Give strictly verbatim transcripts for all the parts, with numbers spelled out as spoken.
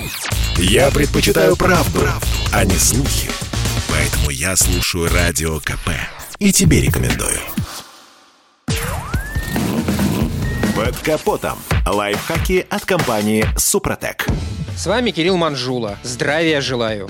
Я предпочитаю правду, правду, а не слухи. Поэтому я слушаю Радио КП. И тебе рекомендую. Под капотом. Лайфхаки от компании «Супротек». С вами Кирилл Манжула. Здравия желаю.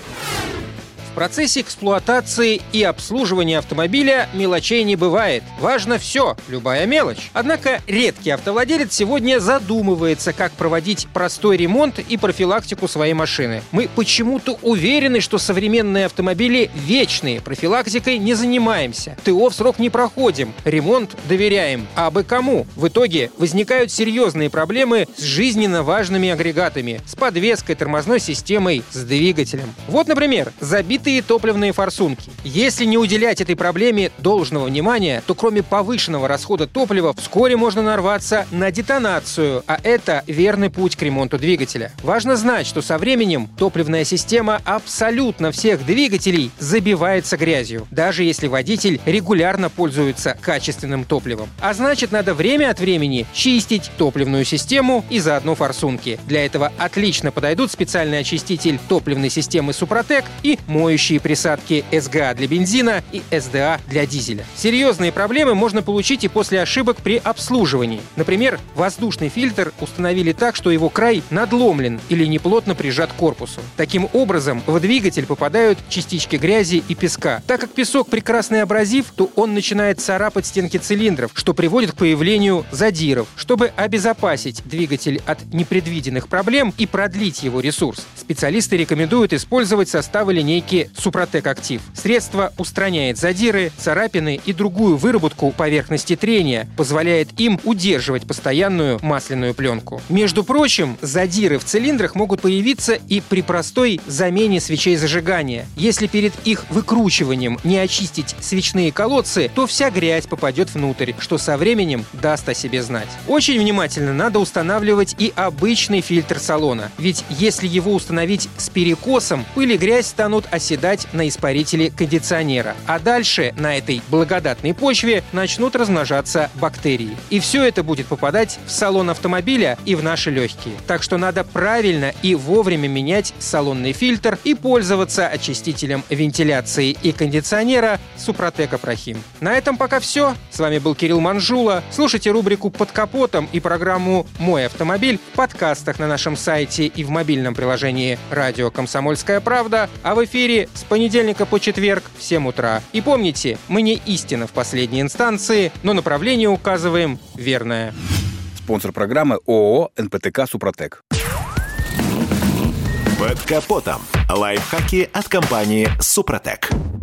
В процессе эксплуатации и обслуживания автомобиля мелочей не бывает. Важно все, любая мелочь. Однако редкий автовладелец сегодня задумывается, как проводить простой ремонт и профилактику своей машины. Мы почему-то уверены, что современные автомобили вечные, профилактикой не занимаемся, ТО в срок не проходим, ремонт доверяем. А бы кому? В итоге возникают серьезные проблемы с жизненно важными агрегатами, с подвеской, тормозной системой, с двигателем. Вот, например, забит топливные форсунки. Если не уделять этой проблеме должного внимания, то кроме повышенного расхода топлива вскоре можно нарваться на детонацию, а это верный путь к ремонту двигателя. Важно знать, что со временем топливная система абсолютно всех двигателей забивается грязью, даже если водитель регулярно пользуется качественным топливом. А значит, надо время от времени чистить топливную систему и заодно форсунки. Для этого отлично подойдут специальный очиститель топливной системы «Супротек» и моющие присадки СГА для бензина и СДА для дизеля. Серьезные проблемы можно получить и после ошибок при обслуживании. Например, воздушный фильтр установили так, что его край надломлен или неплотно прижат к корпусу. Таким образом, в двигатель попадают частички грязи и песка. Так как песок прекрасный абразив, то он начинает царапать стенки цилиндров, что приводит к появлению задиров. Чтобы обезопасить двигатель от непредвиденных проблем и продлить его ресурс, специалисты рекомендуют использовать составы линейки «Супротек Актив». Средство устраняет задиры, царапины и другую выработку поверхности трения, позволяет им удерживать постоянную масляную пленку. Между прочим, задиры в цилиндрах могут появиться и при простой замене свечей зажигания. Если перед их выкручиванием не очистить свечные колодцы, то вся грязь попадет внутрь, что со временем даст о себе знать. Очень внимательно надо устанавливать и обычный фильтр салона, ведь если его установить с перекосом, пыль и грязь станут оседать на испарителе кондиционера. А дальше на этой благодатной почве начнут размножаться бактерии. И все это будет попадать в салон автомобиля и в наши легкие. Так что надо правильно и вовремя менять салонный фильтр и пользоваться очистителем вентиляции и кондиционера «Супротек Апрахим». На этом пока все. С вами был Кирилл Манжула. Слушайте рубрику «Под капотом» и программу «Мой автомобиль» в подкастах на нашем сайте и в мобильном приложении «Радио Комсомольская правда», а в эфире с понедельника по четверг в семь утра. И помните, мы не истина в последней инстанции, но направление указываем верное. Спонсор программы ООО эн пэ тэ ка «Супротек». Под капотом. Лайфхаки от компании «Супротек».